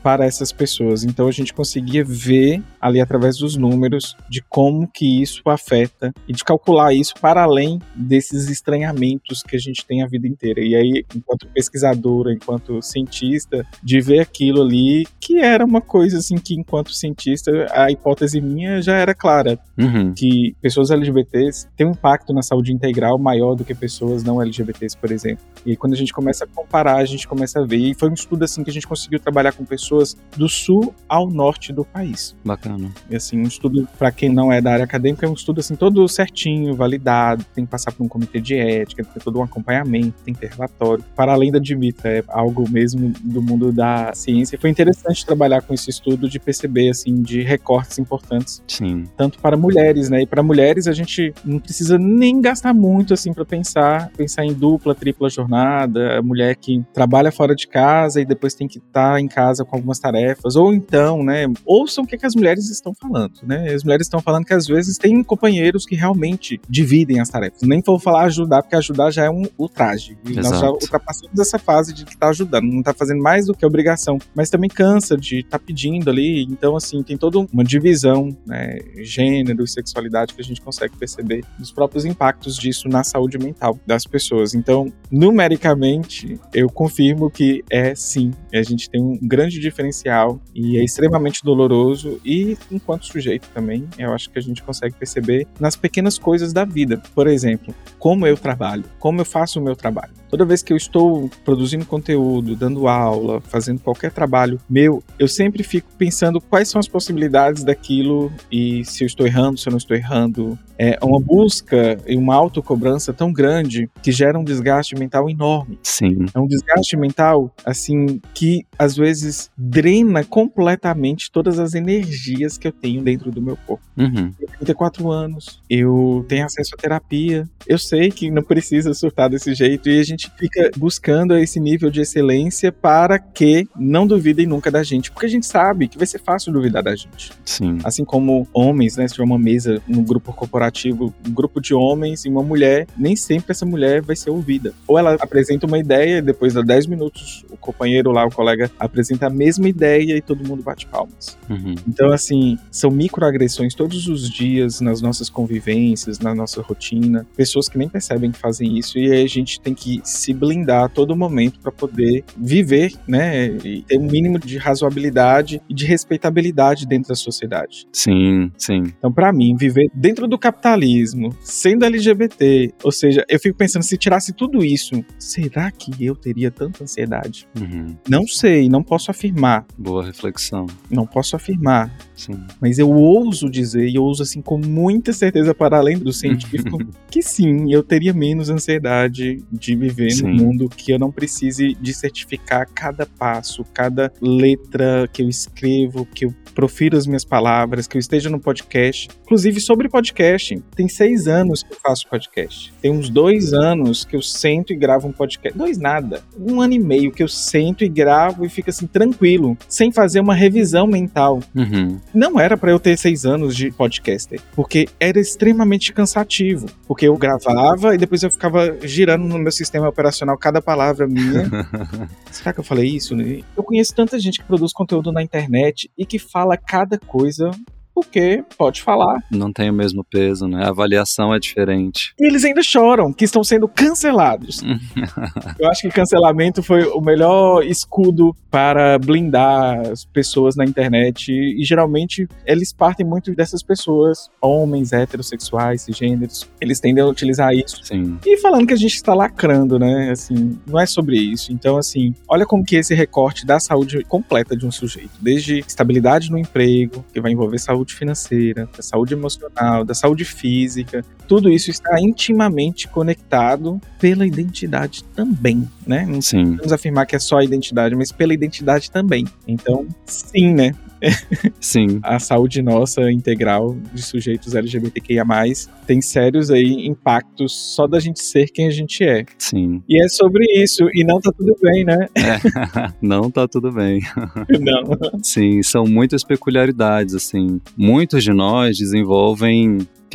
para essas pessoas. Então a gente conseguia ver ali através dos números de como que isso afeta e de calcular isso para além desses estranhamentos que a gente tem a vida inteira. E aí, enquanto pesquisadora, enquanto cientista, de ver aquilo ali, que era uma coisa assim que, enquanto cientista, a hipótese minha já era clara, que pessoas LGBTs têm um impacto na saúde integral maior do que pessoas não LGBTs, por exemplo. E aí, quando a gente começa a comparar, a gente começa a ver. E foi um estudo assim que a gente conseguiu trabalhar com pessoas do sul ao norte do país. Bacana. E assim, um estudo, para quem não é da área acadêmica, é um estudo assim todo certinho, validado, tem que passar por um comitê de ética, tem todo um acompanhamento, tem que ter relatório. Para além da Dimitra, é algo mesmo do mundo da ciência. Foi interessante trabalhar com esse estudo, de perceber assim, de recortes importantes. Sim. Tanto para mulheres, né? E para mulheres a gente não precisa nem gastar muito assim para pensar em dupla, tripla jornada, a mulher que trabalha fora de casa e depois tem que estar em casa com algumas tarefas, ou então, né, ouçam o que as mulheres estão falando, né? As mulheres estão falando que às vezes tem companheiros que realmente dividem as tarefas. Nem vou falar ajudar, porque ajudar já é um ultraje. E nós já ultrapassamos essa fase de que tá ajudando, não tá fazendo mais do que obrigação, mas também cansa de estar pedindo ali. Então, assim, tem toda uma divisão, né, gênero e sexualidade, que a gente consegue perceber dos próprios impactos disso na saúde mental das pessoas. Então, numericamente, eu confirmo que sim, a gente tem um grande diferencial e é extremamente doloroso, e enquanto sujeito também, eu acho que a gente consegue perceber nas pequenas coisas da vida. Por exemplo, como eu trabalho, como eu faço o meu trabalho. Toda vez que eu estou produzindo conteúdo, dando aula, fazendo qualquer trabalho meu, eu sempre fico pensando quais são as possibilidades daquilo e se eu estou errando, se eu não estou errando. É uma busca e uma autocobrança tão grande que gera um desgaste mental enorme. Sim. É um desgaste mental, assim, que às vezes drena completamente todas as energias que eu tenho dentro do meu corpo. Eu tenho 34 anos, eu tenho acesso à terapia, eu sei que não precisa surtar desse jeito, e a gente fica buscando esse nível de excelência para que não duvidem nunca da gente, porque a gente sabe que vai ser fácil duvidar da gente. Sim. Assim como homens, né, se tiver uma mesa no grupo corporativo, um grupo de homens e uma mulher, nem sempre essa mulher vai ser ouvida. Ou ela apresenta uma ideia e depois de 10 minutos o companheiro lá, o colega, apresenta a mesma ideia e todo mundo bate palmas. Então, assim, são microagressões todos os dias nas nossas convivências, na nossa rotina, pessoas que nem percebem que fazem isso, e aí a gente tem que se blindar a todo momento para poder viver, né, e ter um mínimo de razoabilidade e de respeitabilidade dentro da sociedade. Sim, sim. Então, para mim, viver dentro do capitalismo, sendo LGBT, ou seja, eu fico pensando, se tirasse tudo isso, será que eu teria tanta ansiedade? Não sei, não posso afirmar. Boa reflexão. Não posso afirmar. Sim. Mas eu ouso dizer, e eu ouso assim com muita certeza, para além do científico, que sim, eu teria menos ansiedade de viver num mundo que eu não precise de certificar cada passo, cada letra que eu escrevo, que eu profiro as minhas palavras, que eu esteja no podcast. Inclusive, sobre podcast, tem 6 anos que eu faço podcast. Tem uns 2 anos que eu sento e gravo um podcast. 2 nada. 1 ano e meio que eu sento e gravo e fico assim, tranquilo, sem fazer uma revisão mental. Não era pra eu ter 6 anos de podcaster, porque era extremamente cansativo. Porque eu gravava e depois eu ficava girando no meu sistema operacional cada palavra minha. Será que eu falei isso? Eu conheço tanta gente que produz conteúdo na internet e que fala cada coisa porque pode falar. Não tem o mesmo peso, né? A avaliação é diferente. E eles ainda choram que estão sendo cancelados. Eu acho que cancelamento foi o melhor escudo para blindar as pessoas na internet. E geralmente eles partem muito dessas pessoas, homens, heterossexuais, cisgêneros. Eles tendem a utilizar isso. Sim. E falando que a gente está lacrando, né? Assim, não é sobre isso. Então, assim, olha como que esse recorte da saúde completa de um sujeito. Desde estabilidade no emprego, que vai envolver saúde financeira, da saúde emocional, da saúde física, tudo isso está intimamente conectado pela identidade também, né? Não podemos afirmar que é só a identidade, mas pela identidade também. Então, sim, né? Sim. A saúde nossa integral de sujeitos LGBTQIA+, tem sérios aí impactos só da gente ser quem a gente é. Sim. E é sobre isso, e não tá tudo bem, né? Não tá tudo bem. Não. Sim, são muitas peculiaridades, assim. Muitos de nós desenvolvem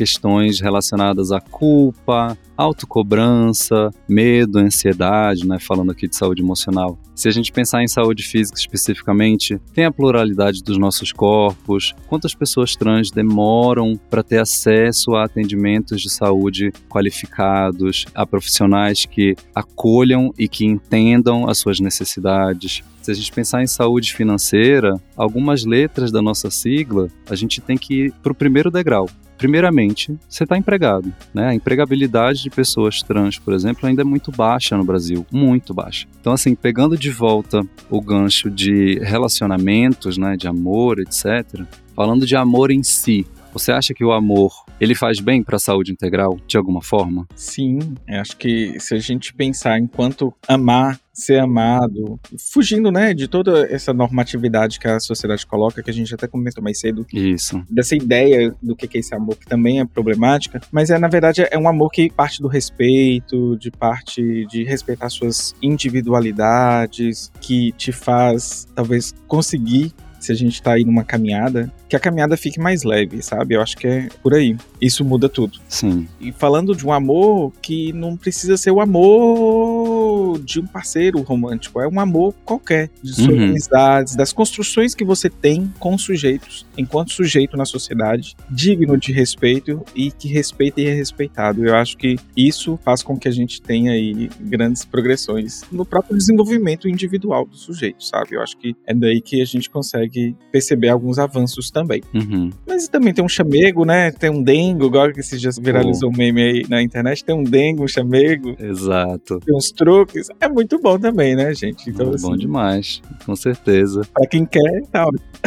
questões relacionadas à culpa, autocobrança, medo, ansiedade, né? Falando aqui de saúde emocional. Se a gente pensar em saúde física especificamente, tem a pluralidade dos nossos corpos, quantas pessoas trans demoram para ter acesso a atendimentos de saúde qualificados, a profissionais que acolham e que entendam as suas necessidades. Se a gente pensar em saúde financeira, algumas letras da nossa sigla, a gente tem que ir para o primeiro degrau. Primeiramente, você está empregado, né? A empregabilidade de pessoas trans, por exemplo, ainda é muito baixa no Brasil, muito baixa. Então, assim, pegando de volta o gancho de relacionamentos, né, de amor, etc., falando de amor em si, você acha que o amor, ele faz bem para a saúde integral, de alguma forma? Sim, eu acho que se a gente pensar enquanto amar, ser amado, fugindo, né, de toda essa normatividade que a sociedade coloca, que a gente até comentou mais cedo. Isso. Dessa ideia do que é esse amor, que também é problemática, mas na verdade é um amor que parte do respeito, de parte de respeitar suas individualidades, que te faz, talvez, conseguir, se a gente tá aí numa caminhada, que a caminhada fique mais leve, sabe? Eu acho que é por aí. Isso muda tudo. Sim. E falando de um amor que não precisa ser o amor de um parceiro romântico, é um amor qualquer, de suas amizades, das construções que você tem com sujeitos, enquanto sujeito na sociedade, digno de respeito e que respeita e é respeitado. Eu acho que isso faz com que a gente tenha aí grandes progressões no próprio desenvolvimento individual do sujeito, sabe? Eu acho que é daí que a gente consegue perceber alguns avanços também. Mas também tem um chamego, né? Tem um dengo, agora que esses dias viralizou um meme aí na internet, tem um dengo, um chamego. Exato. Tem uns truques. É muito bom também, né, gente? Então, muito assim, bom demais, com certeza. Pra quem quer, tá.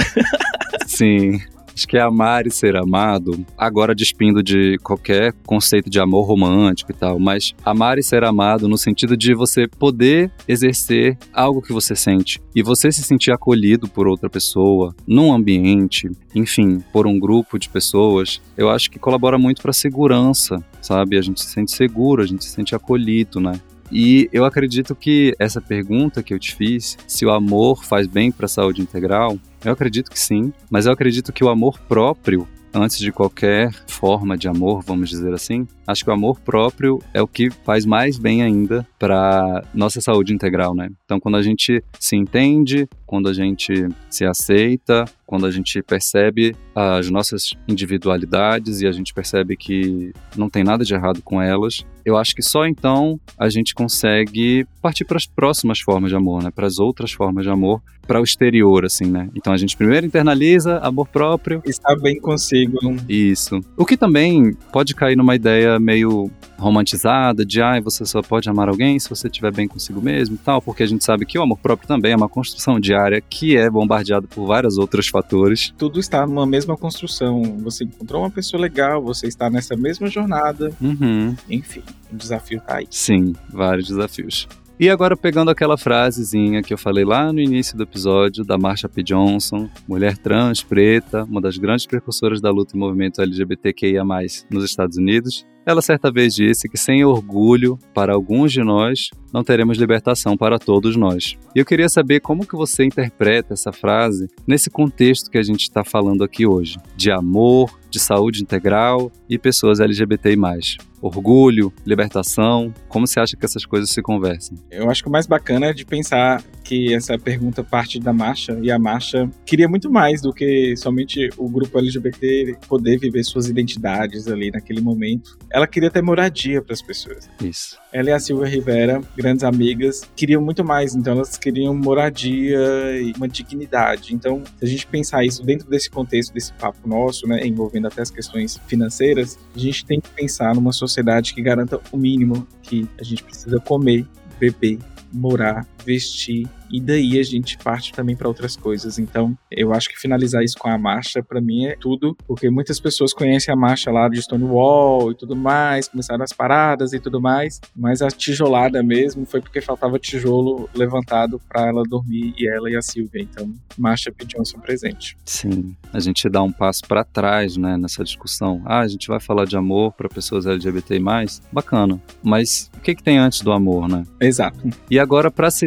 Sim. Acho que é amar e ser amado, agora despindo de qualquer conceito de amor romântico e tal, mas amar e ser amado no sentido de você poder exercer algo que você sente e você se sentir acolhido por outra pessoa, num ambiente, enfim, por um grupo de pessoas, eu acho que colabora muito para a segurança, sabe? A gente se sente seguro, a gente se sente acolhido, né? E eu acredito que essa pergunta que eu te fiz, se o amor faz bem para a saúde integral, eu acredito que sim, mas eu acredito que o amor próprio, antes de qualquer forma de amor, vamos dizer assim, acho que o amor próprio é o que faz mais bem ainda para nossa saúde integral, né? Então, quando a gente se entende, quando a gente se aceita, quando a gente percebe as nossas individualidades e a gente percebe que não tem nada de errado com elas, eu acho que só então a gente consegue partir para as próximas formas de amor, né? Para as outras formas de amor, para o exterior, assim, né? Então a gente primeiro internaliza amor próprio. Está bem consigo. Isso. O que também pode cair numa ideia meio romantizada de você só pode amar alguém se você estiver bem consigo mesmo e tal, porque a gente sabe que o amor próprio também é uma construção diária que é bombardeada por vários outros fatores. Tudo está numa mesma construção. Você encontrou uma pessoa legal, você está nessa mesma jornada. Enfim, o desafio tá aí. Sim, vários desafios. E agora pegando aquela frasezinha que eu falei lá no início do episódio da Marsha P. Johnson, mulher trans, preta, uma das grandes precursoras da luta e movimento LGBTQIA+, nos Estados Unidos, ela certa vez disse que sem orgulho para alguns de nós, não teremos libertação para todos nós. E eu queria saber como que você interpreta essa frase nesse contexto que a gente está falando aqui hoje, de amor, de saúde integral e pessoas LGBTI+. Orgulho, libertação, como você acha que essas coisas se conversam? Eu acho que o mais bacana é de pensar que essa pergunta parte da Marsha, e a Marsha queria muito mais do que somente o grupo LGBT poder viver suas identidades ali naquele momento. Ela queria ter moradia para as pessoas. Isso. Ela e a Silvia Rivera, grandes amigas, queriam muito mais, então elas queriam moradia e uma dignidade. Então, se a gente pensar isso dentro desse contexto, desse papo nosso, né, envolvendo até as questões financeiras, a gente tem que pensar numa sociedade que garanta o mínimo que a gente precisa comer, beber, morar, vestir, e daí a gente parte também para outras coisas. Então, eu acho que finalizar isso com a Marsha, para mim, é tudo, porque muitas pessoas conhecem a Marsha lá de Stonewall e tudo mais, começaram as paradas e tudo mais, mas a tijolada mesmo foi porque faltava tijolo levantado para ela dormir, e ela e a Silvia. Então, Marsha P. Johnson presente. Sim, a gente dá um passo para trás, né, nessa discussão. A gente vai falar de amor para pessoas LGBTI+, bacana, mas o que tem antes do amor, né? Exato. E agora, para citar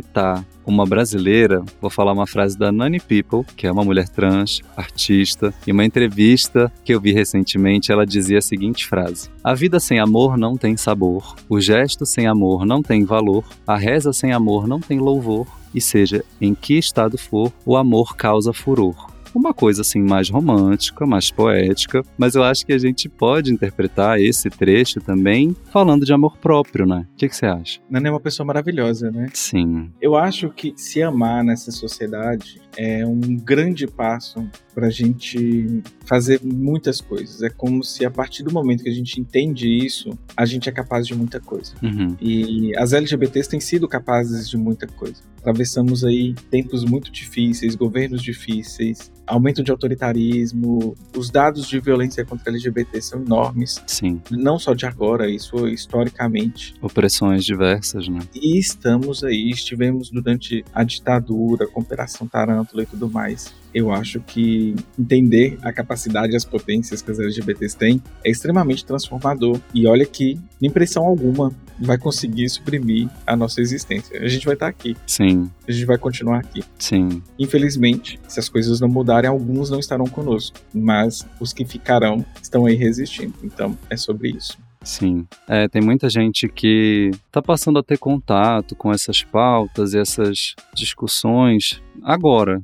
citar uma brasileira, vou falar uma frase da Nani People, que é uma mulher trans, artista. Em uma entrevista que eu vi recentemente, ela dizia a seguinte frase: "A vida sem amor não tem sabor, o gesto sem amor não tem valor, a reza sem amor não tem louvor, e seja em que estado for, o amor causa furor." Uma coisa assim mais romântica, mais poética, mas eu acho que a gente pode interpretar esse trecho também falando de amor próprio, né? O que você acha? Nana é uma pessoa maravilhosa, né? Sim. Eu acho que se amar nessa sociedade é um grande passo pra gente fazer muitas coisas. É como se a partir do momento que a gente entende isso, a gente é capaz de muita coisa. Uhum. E as LGBTs têm sido capazes de muita coisa. Atravessamos aí tempos muito difíceis, governos difíceis, aumento de autoritarismo, os dados de violência contra LGBT são enormes. Sim. Não só de agora, isso historicamente. Opressões diversas, né? E estamos aí, estivemos durante a ditadura, com Operação Tarântula e tudo mais. Eu acho que entender a capacidade e as potências que as LGBTs têm é extremamente transformador. E olha que, nem pressão alguma, vai conseguir suprimir a nossa existência. A gente vai estar aqui. Sim. A gente vai continuar aqui. Sim. Infelizmente, se as coisas não mudarem, alguns não estarão conosco. Mas os que ficarão estão aí resistindo. Então, é sobre isso. Sim. Tem muita gente que está passando a ter contato com essas pautas e essas discussões agora.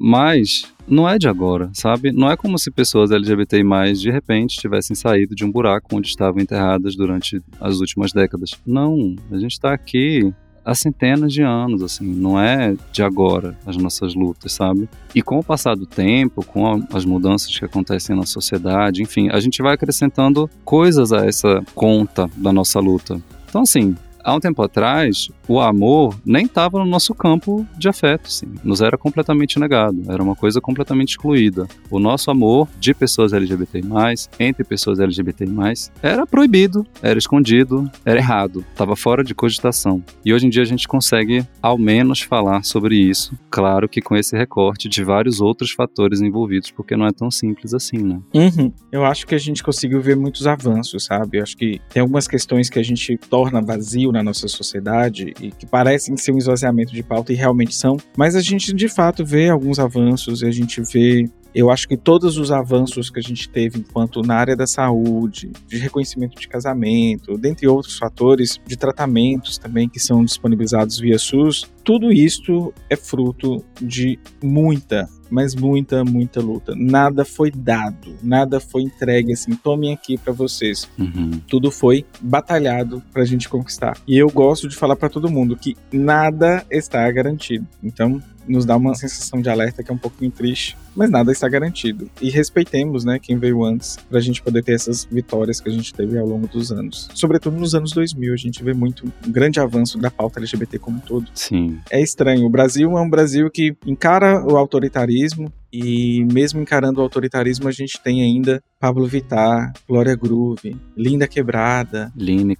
Mas não é de agora, sabe? Não é como se pessoas LGBTI+, de repente, tivessem saído de um buraco onde estavam enterradas durante as últimas décadas. Não, a gente está aqui há centenas de anos, assim, não é de agora as nossas lutas, sabe? E com o passar do tempo, com as mudanças que acontecem na sociedade, enfim, a gente vai acrescentando coisas a essa conta da nossa luta. Então, assim, há um tempo atrás, o amor nem estava no nosso campo de afeto, assim. Nos era completamente negado, era uma coisa completamente excluída. O nosso amor de pessoas LGBTI+, entre pessoas LGBTI+, era proibido, era escondido, era errado, estava fora de cogitação. E hoje em dia a gente consegue, ao menos, falar sobre isso, claro que com esse recorte de vários outros fatores envolvidos, porque não é tão simples assim, né? Uhum. Eu acho que a gente conseguiu ver muitos avanços, sabe? Eu acho que tem algumas questões que a gente torna vazio na nossa sociedade e que parecem ser um esvaziamento de pauta e realmente são, mas a gente de fato vê alguns avanços e a gente vê, eu acho que todos os avanços que a gente teve enquanto na área da saúde, de reconhecimento de casamento, dentre outros fatores, de tratamentos também que são disponibilizados via SUS, tudo isso é fruto de muita, mas muita luta. Nada foi dado, nada foi entregue assim, tomem aqui pra vocês. Uhum. Tudo foi batalhado pra gente conquistar. E eu gosto de falar pra todo mundo que nada está garantido. Então, nos dá uma sensação de alerta que é um pouquinho triste, mas nada está garantido. E respeitemos, né, quem veio antes, pra gente poder ter essas vitórias que a gente teve ao longo dos anos. Sobretudo nos anos 2000, a gente vê muito um grande avanço da pauta LGBT como um todo. Sim. É estranho, o Brasil é um Brasil que encara o autoritarismo, e mesmo encarando o autoritarismo, a gente tem ainda Pablo Vittar, Glória Groove, Linda Quebrada,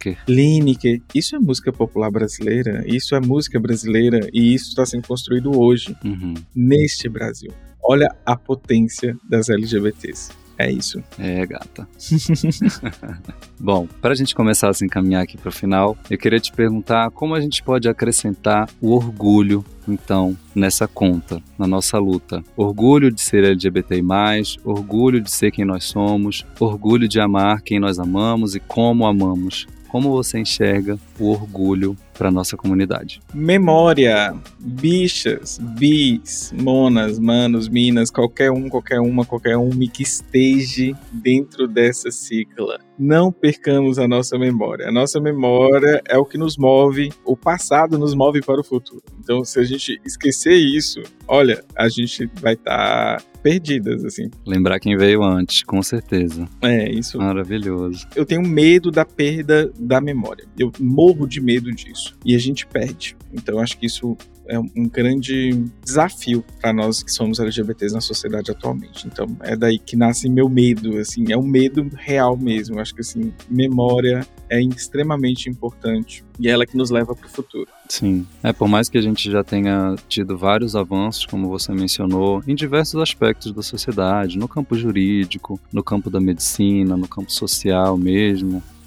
Lineker. Isso é música popular brasileira, isso é música brasileira e isso está sendo construído hoje, neste Brasil. Olha a potência das LGBTs. É isso. É, gata. Bom, para a gente começar a se encaminhar aqui para o final, eu queria te perguntar como a gente pode acrescentar o orgulho, então, nessa conta, na nossa luta. Orgulho de ser LGBTI+, orgulho de ser quem nós somos, orgulho de amar quem nós amamos e como amamos. Como você enxerga o orgulho para nossa comunidade? Memória, bichas, bis, monas, manos, minas, qualquer um que esteja dentro dessa sigla. Não percamos a nossa memória. A nossa memória é o que nos move, o passado nos move para o futuro. Então, se a gente esquecer isso, olha, a gente vai estar perdidas, assim. Lembrar quem veio antes, com certeza. É, isso. Maravilhoso. Eu tenho medo da perda da memória. Eu morro de medo disso. E a gente perde. Então, eu acho que isso é um grande desafio para nós que somos LGBTs na sociedade atualmente. Então, é daí que nasce meu medo, assim, é um medo real mesmo. Eu acho que, assim, memória é extremamente importante e é ela que nos leva para o futuro. Sim. Por mais que a gente já tenha tido vários avanços, como você mencionou, em diversos aspectos da sociedade, no campo jurídico, no campo da medicina, no campo social mesmo,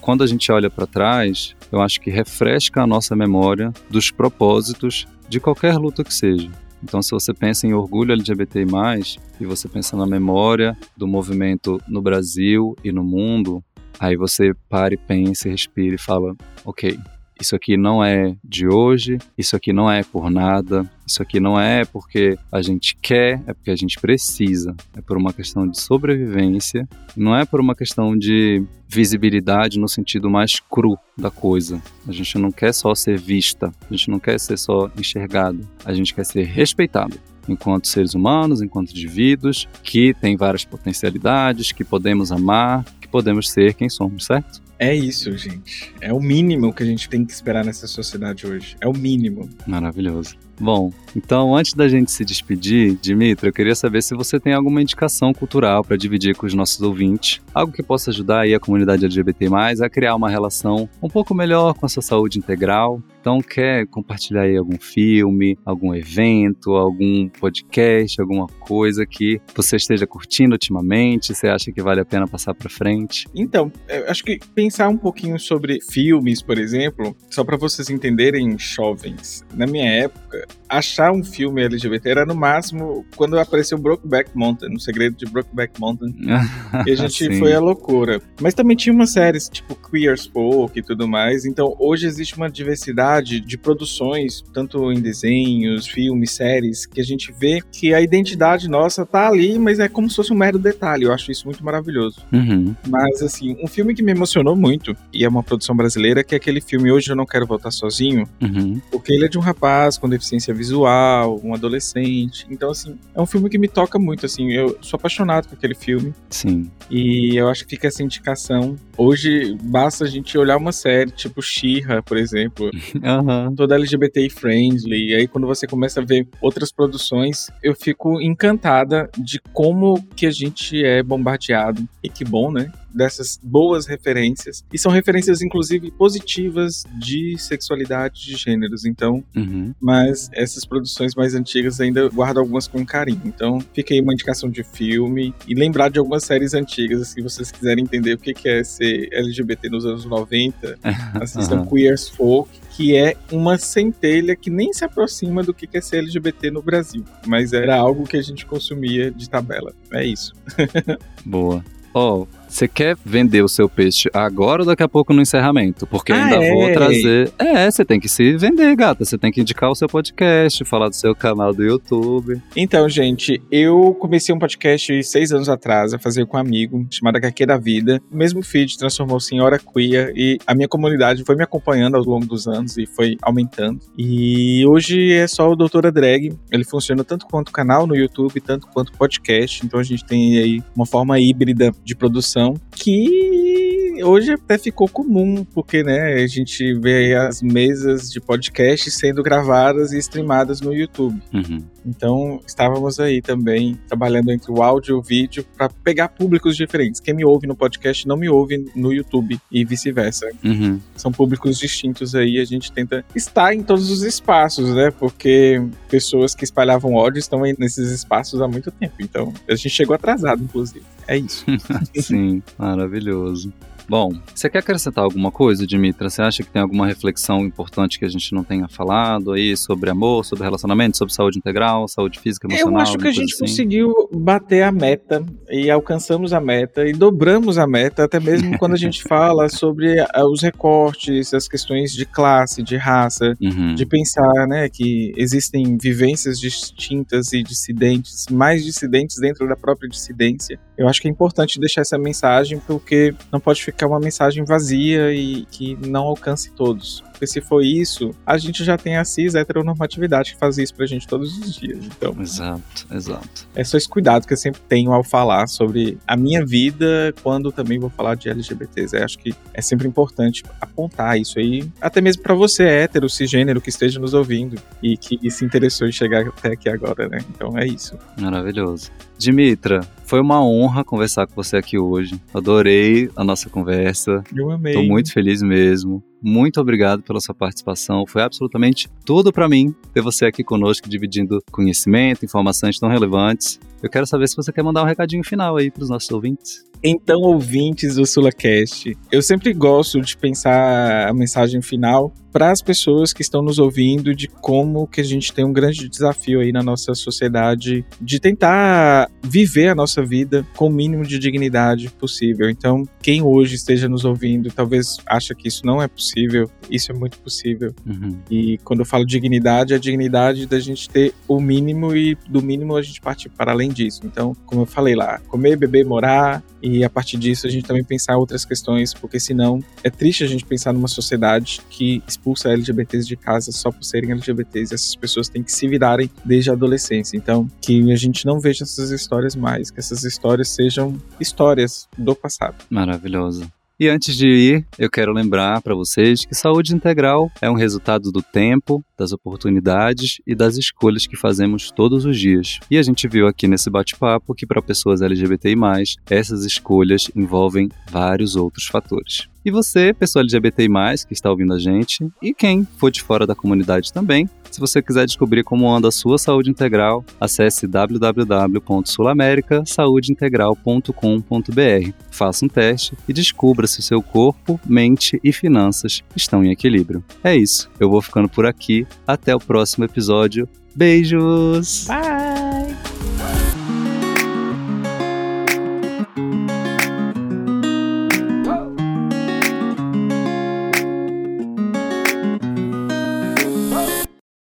quando a gente olha para trás, eu acho que refresca a nossa memória dos propósitos de qualquer luta que seja. Então, se você pensa em orgulho LGBTI+, e você pensa na memória do movimento no Brasil e no mundo, aí você para e pensa, respira e fala, ok, isso aqui não é de hoje, isso aqui não é por nada, isso aqui não é porque a gente quer, é porque a gente precisa. É por uma questão de sobrevivência, não é por uma questão de visibilidade no sentido mais cru da coisa. A gente não quer só ser vista, a gente não quer ser só enxergado, a gente quer ser respeitado. Enquanto seres humanos, enquanto indivíduos, que têm várias potencialidades, que podemos amar, que podemos ser quem somos, certo? É isso, gente. É o mínimo que a gente tem que esperar nessa sociedade hoje. É o mínimo. Maravilhoso. Bom, então antes da gente se despedir, Dimitra, eu queria saber se você tem alguma indicação cultural para dividir com os nossos ouvintes, algo que possa ajudar aí a comunidade LGBT+, a criar uma relação um pouco melhor com a sua saúde integral. Então, quer compartilhar aí algum filme, algum evento, algum podcast, alguma coisa que você esteja curtindo ultimamente, você acha que vale a pena passar para frente? Então, eu acho que pensar um pouquinho sobre filmes, por exemplo, só para vocês entenderem, jovens, na minha época, achar um filme LGBT era no máximo quando apareceu Brokeback Mountain, O Segredo de Brokeback Mountain, e a gente foi à loucura. Mas também tinha umas séries tipo Queer as Folk e tudo mais, então hoje existe uma diversidade de produções, tanto em desenhos, filmes, séries, que a gente vê que a identidade nossa tá ali, mas é como se fosse um mero detalhe. Eu acho isso muito maravilhoso. Mas, assim, um filme que me emocionou muito, e é uma produção brasileira, que é aquele filme Hoje Eu Não Quero Voltar Sozinho, porque ele é de um rapaz com deficiência visual, um adolescente. Então, assim, é um filme que me toca muito, assim. Eu sou apaixonado por aquele filme. Sim. E eu acho que fica essa indicação. Hoje, basta a gente olhar uma série, tipo She-Ra, por exemplo, toda LGBTI friendly, e aí quando você começa a ver outras produções, eu fico encantada de como que a gente é bombardeado, e que bom, né? Dessas boas referências, e são referências inclusive positivas de sexualidade, de gêneros, então, mas essas produções mais antigas ainda guardo algumas com carinho, então fica aí uma indicação de filme, e lembrar de algumas séries antigas, se vocês quiserem entender o que é ser LGBT nos anos 90, assistam Queer as Folk, que é uma centelha que nem se aproxima do que é ser LGBT no Brasil, mas era algo que a gente consumia de tabela, é isso. Boa. Você quer vender o seu peixe agora ou daqui a pouco no encerramento? Porque ainda vou trazer... você tem que se vender, gata. Você tem que indicar o seu podcast, falar do seu canal do YouTube. Então, gente, eu comecei um podcast 6 anos atrás, a fazer com um amigo, chamado HQ da Vida. O mesmo feed transformou-se em Hora Queer e a minha comunidade foi me acompanhando ao longo dos anos e foi aumentando. E hoje é só o Doutora Drag. Ele funciona tanto quanto canal no YouTube, tanto quanto podcast. Então a gente tem aí uma forma híbrida de produção que hoje até ficou comum, porque, né, a gente vê aí as mesas de podcast sendo gravadas e streamadas no YouTube. Então, estávamos aí também trabalhando entre o áudio e o vídeo para pegar públicos diferentes. Quem me ouve no podcast não me ouve no YouTube e vice-versa. São públicos distintos aí, a gente tenta estar em todos os espaços, né, porque pessoas que espalhavam ódio estão aí nesses espaços há muito tempo. Então, a gente chegou atrasado, inclusive. É isso. Sim, maravilhoso. Bom, você quer acrescentar alguma coisa, Dimitra? Você acha que tem alguma reflexão importante que a gente não tenha falado aí sobre amor, sobre relacionamento, sobre saúde integral, saúde física, emocional? Eu acho que a gente conseguiu bater a meta e alcançamos a meta e dobramos a meta, até mesmo quando a gente fala sobre os recortes, as questões de classe, de raça, de pensar, né, que existem vivências distintas e dissidentes, mais dissidentes dentro da própria dissidência. Eu acho que é importante deixar essa mensagem, porque não pode ficar uma mensagem vazia e que não alcance todos. Porque se for isso, a gente já tem a cis heteronormatividade que faz isso pra gente todos os dias. Então, exato. É só esse cuidado que eu sempre tenho ao falar sobre a minha vida, quando também vou falar de LGBTs. Eu acho que é sempre importante apontar isso aí, até mesmo pra você hétero, cisgênero, que esteja nos ouvindo e que se interessou em chegar até aqui agora, né? Então é isso. Maravilhoso. Dimitra, foi uma honra conversar com você aqui hoje. Adorei a nossa conversa. Eu amei. Tô muito feliz mesmo. Muito obrigado pela sua participação. Foi absolutamente tudo para mim ter você aqui conosco, dividindo conhecimento, informações tão relevantes. Eu quero saber se você quer mandar um recadinho final aí para os nossos ouvintes. Então, ouvintes do SulaCast, eu sempre gosto de pensar a mensagem final para as pessoas que estão nos ouvindo de como que a gente tem um grande desafio aí na nossa sociedade de tentar viver a nossa vida com o mínimo de dignidade possível. Então, quem hoje esteja nos ouvindo, talvez acha que isso não é possível, isso é muito possível. E quando eu falo dignidade, é a dignidade da gente ter o mínimo e do mínimo a gente partir para além disso. Então, como eu falei lá, comer, beber, morar, e a partir disso a gente também pensar outras questões, porque senão é triste a gente pensar numa sociedade que expulsa LGBTs de casa só por serem LGBTs, e essas pessoas têm que se virarem desde a adolescência. Então, que a gente não veja essas histórias mais, que essas histórias sejam histórias do passado. Maravilhoso. E antes de ir, eu quero lembrar para vocês que saúde integral é um resultado do tempo, das oportunidades e das escolhas que fazemos todos os dias. E a gente viu aqui nesse bate-papo que para pessoas LGBTI+, essas escolhas envolvem vários outros fatores. E você, pessoa LGBTI+, que está ouvindo a gente, e quem for de fora da comunidade também, se você quiser descobrir como anda a sua saúde integral, acesse www.sulamericasaudeintegral.com.br. Faça um teste e descubra se o seu corpo, mente e finanças estão em equilíbrio. É isso, eu vou ficando por aqui. Até o próximo episódio. Beijos! Bye!